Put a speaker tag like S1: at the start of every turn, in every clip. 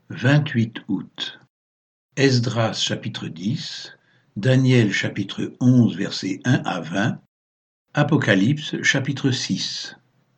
S1: 28 août. Esdras chapitre 10, Daniel chapitre 11 versets 1 à 20, Apocalypse chapitre 6.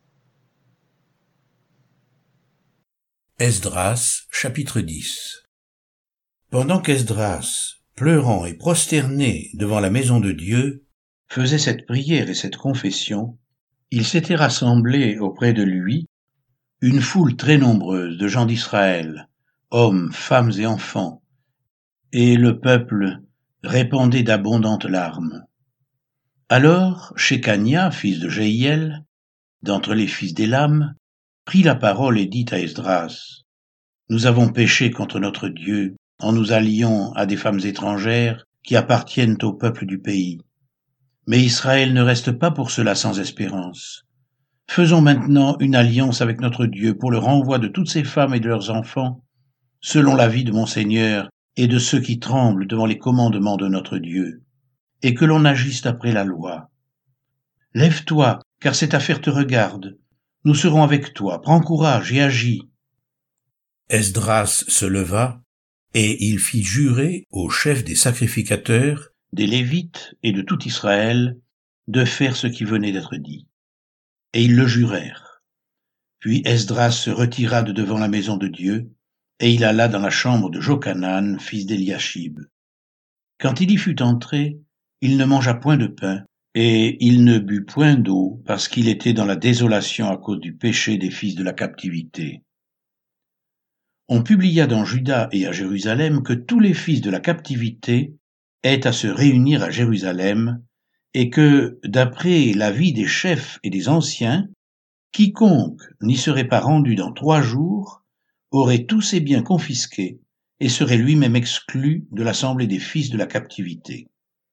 S1: Esdras chapitre 10. Pendant qu'Esdras, pleurant et prosterné devant la maison de Dieu, faisait cette prière et cette confession, il s'était rassemblé auprès de lui une foule très nombreuse de gens d'Israël, hommes, femmes et enfants, et le peuple répandait d'abondantes larmes. Alors Shekania, fils de Jehiel, d'entre les fils d'Élam, prit la parole et dit à Esdras: Nous avons péché contre notre Dieu en nous alliant à des femmes étrangères qui appartiennent au peuple du pays. Mais Israël ne reste pas pour cela sans espérance. Faisons maintenant une alliance avec notre Dieu pour le renvoi de toutes ces femmes et de leurs enfants, selon l'avis de mon Seigneur et de ceux qui tremblent devant les commandements de notre Dieu, et que l'on agisse après la loi. Lève-toi, car cette affaire te regarde. Nous serons avec toi. Prends courage et agis. Esdras se leva, et il fit jurer au chef des sacrificateurs, des Lévites et de tout Israël, de faire ce qui venait d'être dit. Et ils le jurèrent. Puis Esdras se retira de devant la maison de Dieu, et il alla dans la chambre de Jochanan, fils d'Eliashib. Quand il y fut entré, il ne mangea point de pain, et il ne but point d'eau, parce qu'il était dans la désolation à cause du péché des fils de la captivité. On publia dans Juda et à Jérusalem que tous les fils de la captivité aient à se réunir à Jérusalem, et que, d'après l'avis des chefs et des anciens, quiconque n'y serait pas rendu dans 3 jours aurait tous ses biens confisqués et serait lui-même exclu de l'assemblée des fils de la captivité.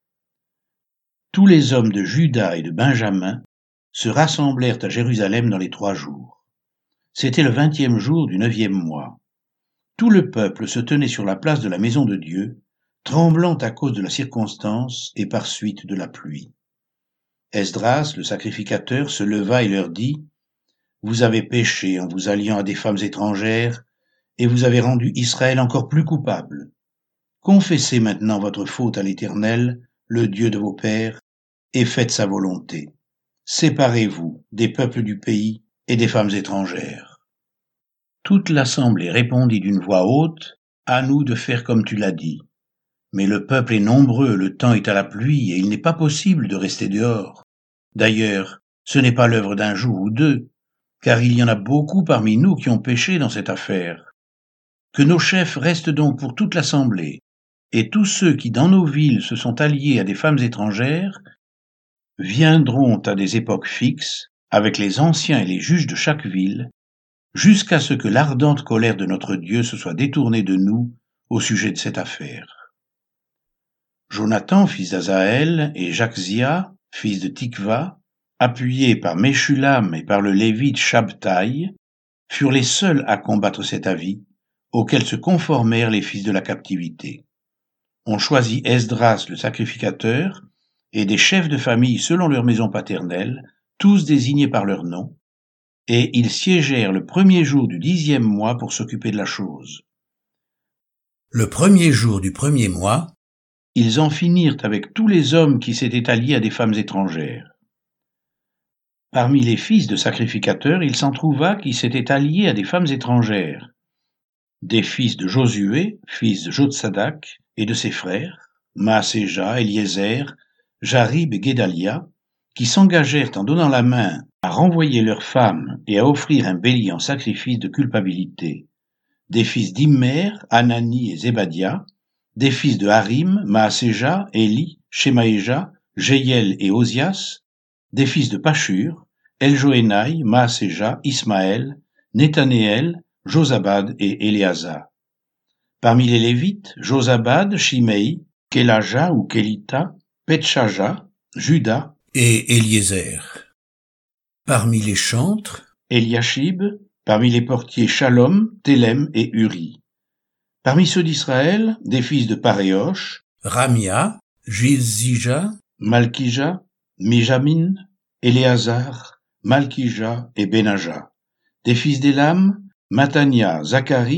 S1: Tous les hommes de Juda et de Benjamin se rassemblèrent à Jérusalem dans les 3 jours. C'était le 20e jour du 9e mois. Tout le peuple se tenait sur la place de la maison de Dieu, tremblant à cause de la circonstance et par suite de la pluie. Esdras, le sacrificateur, se leva et leur dit: Vous avez péché en vous alliant à des femmes étrangères, et vous avez rendu Israël encore plus coupable. Confessez maintenant votre faute à l'Éternel, le Dieu de vos pères, et faites sa volonté. Séparez-vous des peuples du pays et des femmes étrangères. Toute l'assemblée répondit d'une voix haute: À nous de faire comme tu l'as dit. Mais le peuple est nombreux, le temps est à la pluie, et il n'est pas possible de rester dehors. D'ailleurs, ce n'est pas l'œuvre d'un jour ou 2, car il y en a beaucoup parmi nous qui ont péché dans cette affaire. Que nos chefs restent donc pour toute l'assemblée, et tous ceux qui dans nos villes se sont alliés à des femmes étrangères viendront à des époques fixes, avec les anciens et les juges de chaque ville, jusqu'à ce que l'ardente colère de notre Dieu se soit détournée de nous au sujet de cette affaire. Jonathan, fils d'Azaël, et Jachzia, fils de Tikva, appuyés par Meshulam et par le Lévite Shabtaï, furent les seuls à combattre cet avis, auquel se conformèrent les fils de la captivité. On choisit Esdras le sacrificateur et des chefs de famille selon leur maison paternelle, tous désignés par leur nom, et ils siégèrent le 1er jour du 10e mois pour s'occuper de la chose. Le 1er jour du 1er mois, ils en finirent avec tous les hommes qui s'étaient alliés à des femmes étrangères. Parmi les fils de sacrificateurs, il s'en trouva qui s'étaient alliés à des femmes étrangères, des fils de Josué, fils de Jotsadak, et de ses frères, Maaséja, Eliezer, Jarib et Guédalia, qui s'engagèrent en donnant la main à renvoyer leurs femmes et à offrir un bélier en sacrifice de culpabilité, des fils d'Immer, Anani et Zébadia, des fils de Harim, Maaséja, Éli, Shemaéja, Jéhiel et Osias, des fils de Pashur, Eljoénaï, Maaséja, Ismaël, Nethanéel, Josabad et Éléazar. Parmi les Lévites, Josabad, Shimei, Kélaja ou Kélita, Petshaja, Juda et Eliezer. Parmi les chantres, Eliashib, parmi les portiers Shalom, Télem et Uri. Parmi ceux d'Israël, des fils de Paréosh, Ramia, Jizija, Malkija, Mijamin, Éléazar, Malkija et Benaja. Des fils d'Élam, Matania, Zacharie,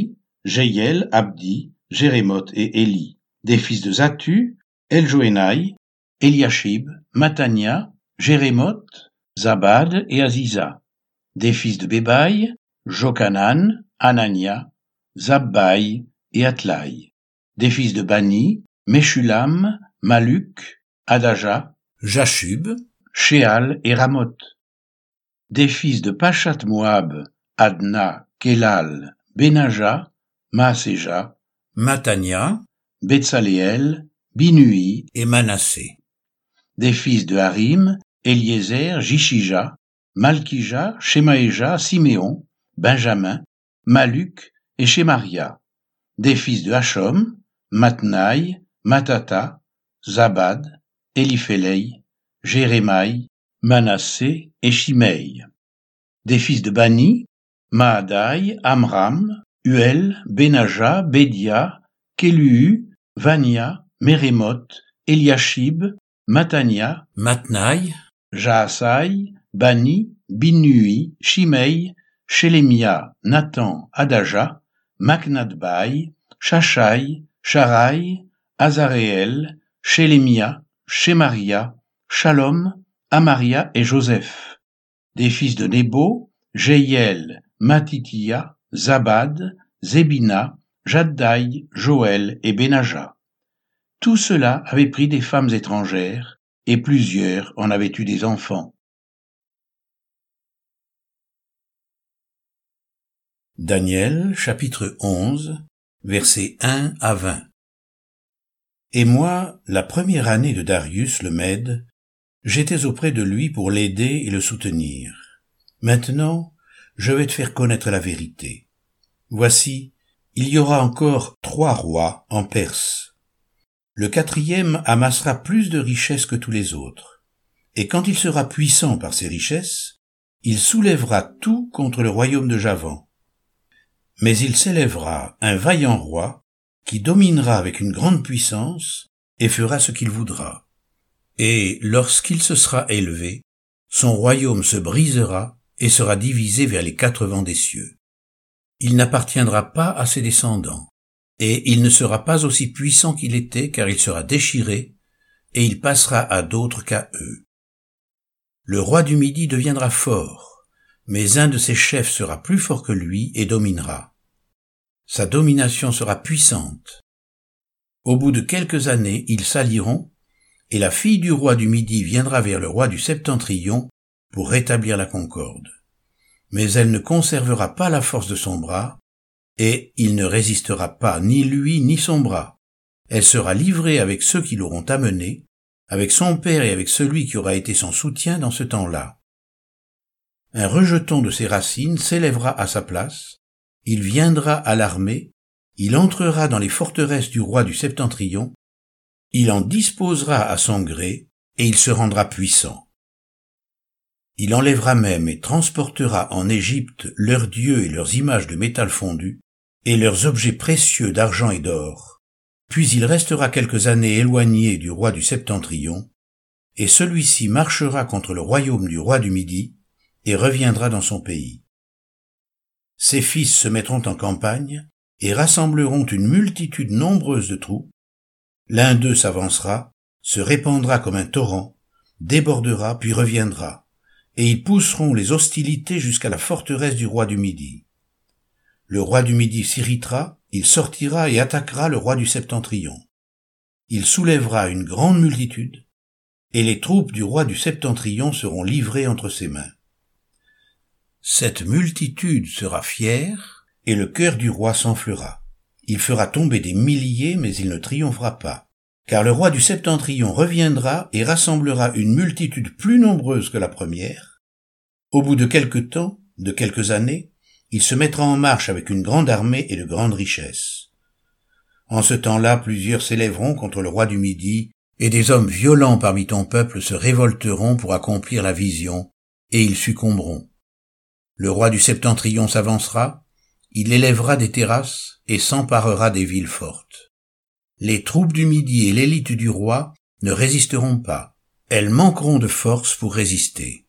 S1: Jéiel, Abdi, Jérémoth et Éli. Des fils de Zattu, Eljoénaï, Eliashib, Matania, Jérémoth, Zabad et Aziza. Des fils de Bébaï, Jochanan, Anania, Zabbaï et Atlaï. Des fils de Bani, Meshulam, Maluk, Adaja, Jashub, Sheal et Ramoth. Des fils de Pachat Moab, Adna, Kelal, Benaja, Maaseja, Matania, Betsaléel, Binui et Manassé. Des fils de Harim, Eliezer, Jishija, Malkija, Shemaéja, Siméon, Benjamin, Maluk et Shemaria. Des fils de Hachom, Matnaï, Matata, Zabad, Eliphélei, Jérémaï, Manassé et Shimei. Des fils de Bani, Maadaï, Amram, Uel, Benaja, Bédia, Kélu, Vania, Mérémoth, Eliashib, Matania, Matnaï, Jaasai, Bani, Binui, Shimei, Shelemia, Nathan, Adaja, Maknadbaï, Shashai, Sharai, Azaréel, Shelemia, Shemaria, Shalom, Amaria et Joseph. Des fils de Nebo, Jéiel, Matithia, Zabad, Zébina, Jaddaï, Joël et Benaja. Tout cela avait pris des femmes étrangères, et plusieurs en avaient eu des enfants. Daniel, chapitre 11, versets 1 à 20. Et moi, la première année de Darius le Mède, j'étais auprès de lui pour l'aider et le soutenir. Maintenant, je vais te faire connaître la vérité. Voici, il y aura encore 3 rois en Perse. Le 4e amassera plus de richesses que tous les autres. Et quand il sera puissant par ses richesses, il soulèvera tout contre le royaume de Javan. Mais il s'élèvera un vaillant roi qui dominera avec une grande puissance et fera ce qu'il voudra. Et lorsqu'il se sera élevé, son royaume se brisera et sera divisé vers les 4 vents des cieux. Il n'appartiendra pas à ses descendants, et il ne sera pas aussi puissant qu'il était, car il sera déchiré, et il passera à d'autres qu'à eux. Le roi du Midi deviendra fort, mais un de ses chefs sera plus fort que lui et dominera. Sa domination sera puissante. Au bout de quelques années, ils s'allieront, et la fille du roi du Midi viendra vers le roi du Septentrion pour rétablir la concorde. Mais elle ne conservera pas la force de son bras, et il ne résistera pas ni lui ni son bras. Elle sera livrée avec ceux qui l'auront amenée, avec son père et avec celui qui aura été son soutien dans ce temps-là. Un rejeton de ses racines s'élèvera à sa place, il viendra à l'armée, il entrera dans les forteresses du roi du Septentrion, il en disposera à son gré, et il se rendra puissant. Il enlèvera même et transportera en Égypte leurs dieux et leurs images de métal fondu, et leurs objets précieux d'argent et d'or. Puis il restera quelques années éloigné du roi du Septentrion, et celui-ci marchera contre le royaume du roi du Midi, et reviendra dans son pays. Ses fils se mettront en campagne, et rassembleront une multitude nombreuse de troupes. L'un d'eux s'avancera, se répandra comme un torrent, débordera puis reviendra, et ils pousseront les hostilités jusqu'à la forteresse du roi du Midi. Le roi du Midi s'irritera, il sortira et attaquera le roi du Septentrion. Il soulèvera une grande multitude, et les troupes du roi du Septentrion seront livrées entre ses mains. Cette multitude sera fière, et le cœur du roi s'enflera. Il fera tomber des milliers, mais il ne triomphera pas. Car le roi du Septentrion reviendra et rassemblera une multitude plus nombreuse que la première. Au bout de quelque temps, de quelques années, il se mettra en marche avec une grande armée et de grandes richesses. En ce temps-là, plusieurs s'élèveront contre le roi du Midi, et des hommes violents parmi ton peuple se révolteront pour accomplir la vision, et ils succomberont. Le roi du Septentrion s'avancera, il élèvera des terrasses et s'emparera des villes fortes. Les troupes du Midi et l'élite du roi ne résisteront pas, elles manqueront de force pour résister.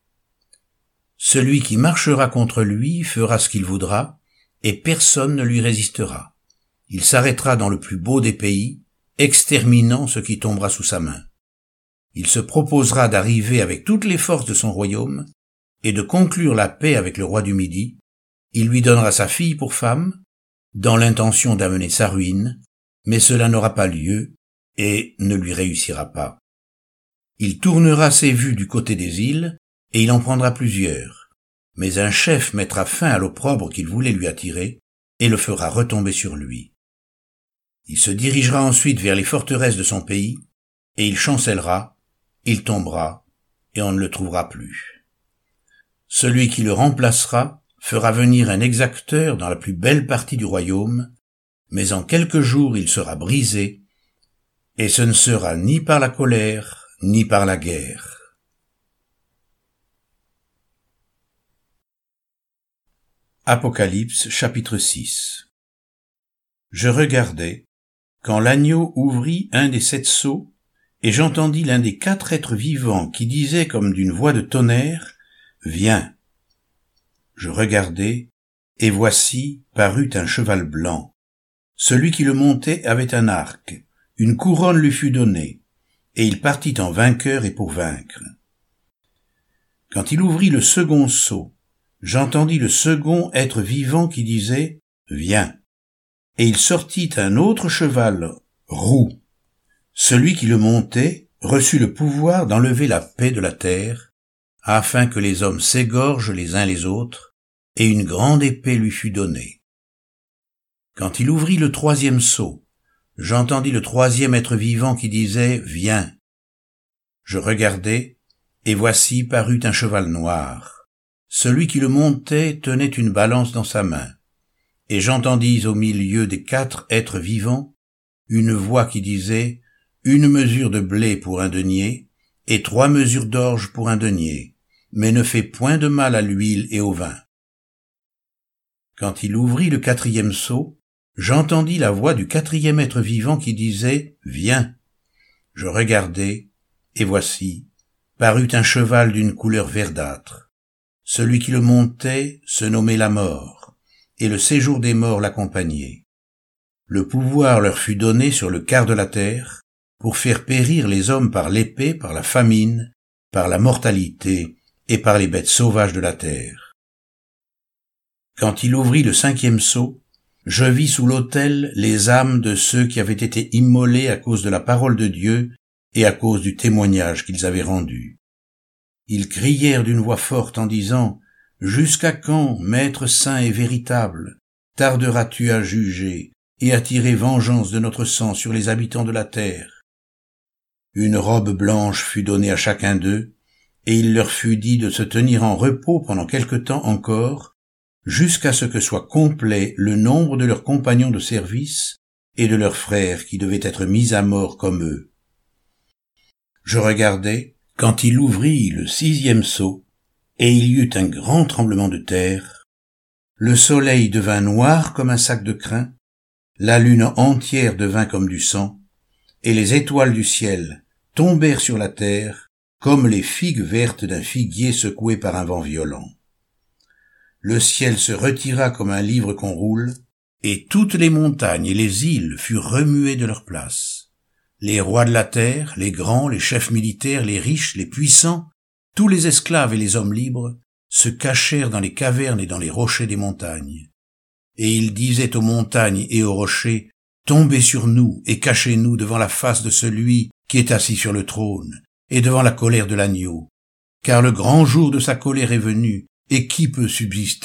S1: Celui qui marchera contre lui fera ce qu'il voudra, et personne ne lui résistera. Il s'arrêtera dans le plus beau des pays, exterminant ce qui tombera sous sa main. Il se proposera d'arriver avec toutes les forces de son royaume et de conclure la paix avec le roi du Midi. Il lui donnera sa fille pour femme, dans l'intention d'amener sa ruine, mais cela n'aura pas lieu et ne lui réussira pas. Il tournera ses vues du côté des îles et il en prendra plusieurs, mais un chef mettra fin à l'opprobre qu'il voulait lui attirer et le fera retomber sur lui. Il se dirigera ensuite vers les forteresses de son pays et il chancellera, il tombera et on ne le trouvera plus. Celui qui le remplacera fera venir un exacteur dans la plus belle partie du royaume, mais en quelques jours il sera brisé, et ce ne sera ni par la colère, ni par la guerre. Apocalypse chapitre 6. Je regardais, quand l'agneau ouvrit un des 7 sceaux, et j'entendis l'un des 4 êtres vivants qui disait comme d'une voix de tonnerre, « Viens !» Je regardai, et voici parut un cheval blanc. Celui qui le montait avait un arc, une couronne lui fut donnée, et il partit en vainqueur et pour vaincre. Quand il ouvrit le second sceau, j'entendis le second être vivant qui disait « Viens !» Et il sortit un autre cheval, roux. Celui qui le montait reçut le pouvoir d'enlever la paix de la terre, afin que les hommes s'égorgent les uns les autres, et une grande épée lui fut donnée. Quand il ouvrit le 3e sceau, j'entendis le 3e être vivant qui disait « Viens !» Je regardai, et voici parut un cheval noir. Celui qui le montait tenait une balance dans sa main. Et j'entendis au milieu des 4 êtres vivants une voix qui disait « 1 mesure de blé pour 1 denier, et 3 mesures d'orge pour 1 denier, mais ne fais point de mal à l'huile et au vin. » Quand il ouvrit le 4e sceau, j'entendis la voix du 4e être vivant qui disait « Viens !» Je regardai, et voici, parut un cheval d'une couleur verdâtre. Celui qui le montait se nommait la mort, et le séjour des morts l'accompagnait. Le pouvoir leur fut donné sur le quart de la terre, pour faire périr les hommes par l'épée, par la famine, par la mortalité et par les bêtes sauvages de la terre. Quand il ouvrit le 5e sceau, je vis sous l'autel les âmes de ceux qui avaient été immolés à cause de la parole de Dieu et à cause du témoignage qu'ils avaient rendu. Ils crièrent d'une voix forte en disant « Jusqu'à quand, Maître saint et véritable, tarderas-tu à juger et à tirer vengeance de notre sang sur les habitants de la terre ?» Une robe blanche fut donnée à chacun d'eux, et il leur fut dit de se tenir en repos pendant quelque temps encore, jusqu'à ce que soit complet le nombre de leurs compagnons de service et de leurs frères qui devaient être mis à mort comme eux. Je regardai, quand il ouvrit le 6e sceau, et il y eut un grand tremblement de terre. Le soleil devint noir comme un sac de crin, la lune entière devint comme du sang, et les étoiles du ciel tombèrent sur la terre comme les figues vertes d'un figuier secoué par un vent violent. Le ciel se retira comme un livre qu'on roule, et toutes les montagnes et les îles furent remuées de leur place. Les rois de la terre, les grands, les chefs militaires, les riches, les puissants, tous les esclaves et les hommes libres se cachèrent dans les cavernes et dans les rochers des montagnes. Et ils disaient aux montagnes et aux rochers, « Tombez sur nous et cachez-nous devant la face de celui qui est assis sur le trône et devant la colère de l'agneau. Car le grand jour de sa colère est venu, et qui peut subsister ?»